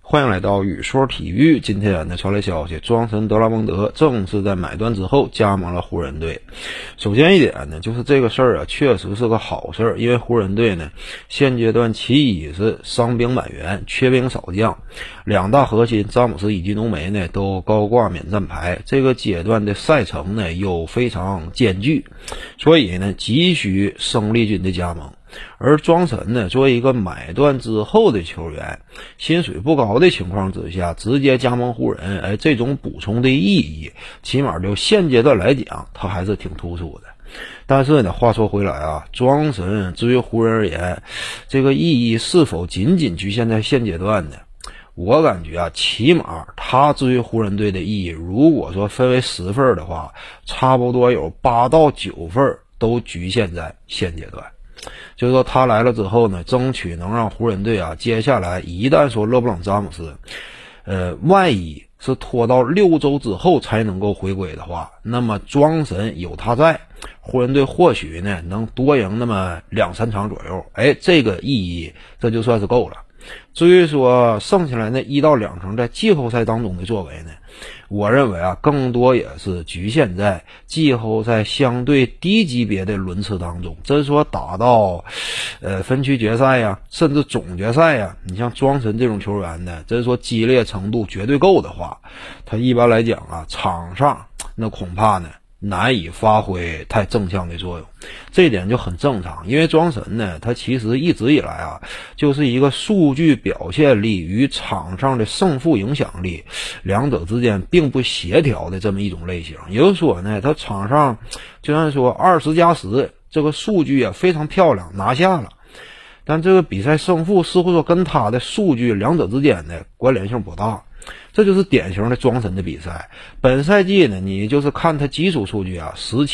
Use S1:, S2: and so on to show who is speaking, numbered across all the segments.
S1: 欢迎来到宇说体育。今天呢传来消息，庄神德拉蒙德正式在买断之后加盟了湖人队。首先一点呢，就是这个事儿啊，确实是个好事儿，因为湖人队呢现阶段其一是伤兵满员，缺兵少将，两大核心詹姆斯以及浓眉呢都高挂免战牌，这个阶段的赛程呢又非常艰巨，所以呢急需生力军的加盟。而庄神呢，作为一个买断之后的球员，薪水不高的情况之下，直接加盟湖人，这种补充的意义，起码就现阶段来讲，它还是挺突出的。但是呢，话说回来啊，庄神至于湖人而言，这个意义是否仅仅局限在现阶段呢？我感觉啊，起码他至于湖人队的意义，如果说分为10份的话，差不多有8到9份都局限在现阶段。就是说他来了之后呢，争取能让湖人队啊，接下来一旦说勒布朗詹姆斯万一是拖到6周之后才能够回归的话，那么庄神有他在，湖人队或许呢能多赢那么2-3场左右，这个意义这就算是够了。至于说剩下来那1到2场在季后赛当中的作为呢，我认为啊，更多也是局限在季后赛相对低级别的轮次当中。这是说打到分区决赛呀，甚至总决赛呀，你像庄神这种球员呢，这是说激烈程度绝对够的话，他一般来讲啊，场上那恐怕呢难以发挥太正向的作用，这一点就很正常。因为庄神呢，他其实一直以来啊，就是一个数据表现力与场上的胜负影响力两者之间并不协调的这么一种类型。也就是说呢，他场上就算说20+10这个数据啊非常漂亮，拿下了，但这个比赛胜负似乎说跟他的数据两者之间的关联性不大。这就是典型的庄神的比赛。本赛季呢，你就是看他基础数据啊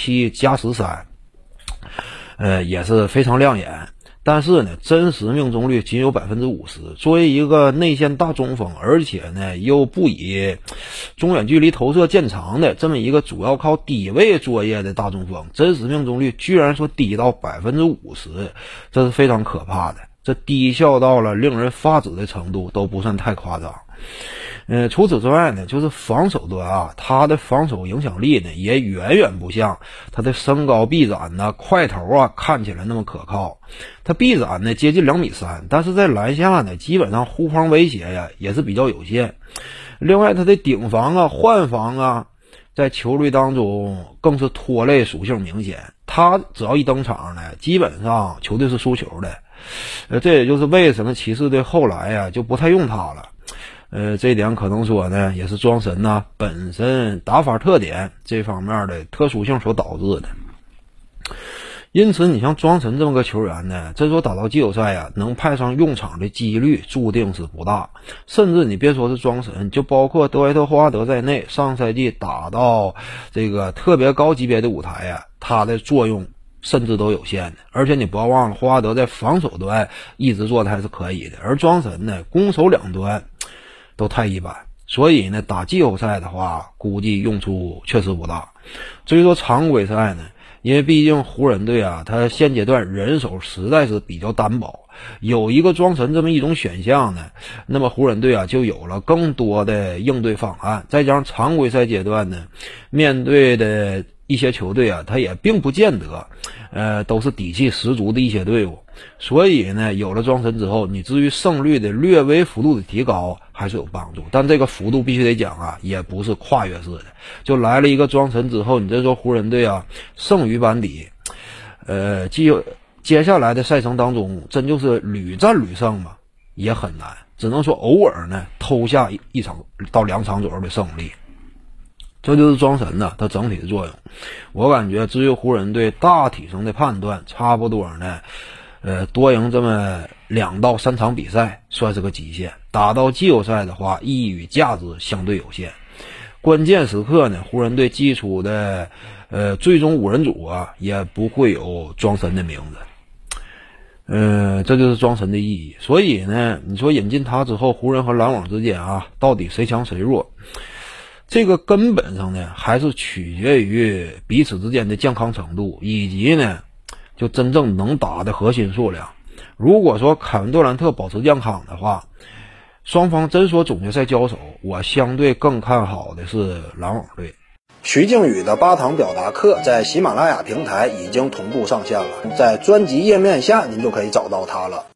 S1: ，17+13，也是非常亮眼。但是呢，真实命中率仅有50%。作为一个内线大中锋，而且呢又不以中远距离投射见长的这么一个主要靠低位作业的大中锋，真实命中率居然说低到50%，这是非常可怕的。这低效到了令人发指的程度，都不算太夸张。除此之外呢，就是防守端啊，他的防守影响力呢也远远不像他的身高臂展呢、块头啊看起来那么可靠。他臂展呢接近2.3米，但是在篮下呢基本上护框威胁呀也是比较有限。另外他的顶防啊、换防啊，在球队当中更是拖累属性明显。他只要一登场呢，基本上球队是输球的。这也就是为什么骑士队后来呀就不太用他了。这一点可能说呢，也是庄神呢本身打法特点这方面的特殊性所导致的。因此你像庄神这么个球员呢，这说打到季后赛啊，能派上用场的几率注定是不大。甚至你别说是庄神，就包括德怀特·霍华德在内，上赛季打到这个特别高级别的舞台啊，他的作用甚至都有限的。而且你不要忘了，霍华德在防守端一直做的还是可以的，而庄神呢，攻守两端都太一般，所以呢，打季后赛的话，估计用处确实不大。至于说常规赛呢，因为毕竟湖人队啊，他现阶段人手实在是比较单薄，有一个庄神这么一种选项呢，那么湖人队啊就有了更多的应对方案。再加上常规赛阶段呢，面对的一些球队啊，他也并不见得都是底气十足的一些队伍，所以呢，有了庄神之后，你至于胜率的略微幅度的提高还是有帮助，但这个幅度必须得讲啊，也不是跨越式的。就来了一个庄神之后，你这说湖人队啊胜于班底，接下来的赛程当中真就是屡战屡胜嘛，也很难，只能说偶尔呢偷下1场到2场左右的胜利。这就是庄神呢它整体的作用。我感觉至于湖人队大体上的判断，差不多呢多赢这么2到3场比赛算是个极限。打到季后赛的话，意义与价值相对有限。关键时刻呢，湖人队祭出的最终5人组啊，也不会有庄神的名字。这就是庄神的意义。所以呢，你说引进他之后，湖人和篮网之间啊，到底谁强谁弱？这个根本上呢，还是取决于彼此之间的健康程度，以及呢，就真正能打的核心数量。如果说凯文杜兰特保持健康的话， 双方真说总决赛交手，我相对更看好的是篮网队。
S2: 徐静宇的8堂表达课在喜马拉雅平台已经同步上线了，在专辑页面下您就可以找到它了。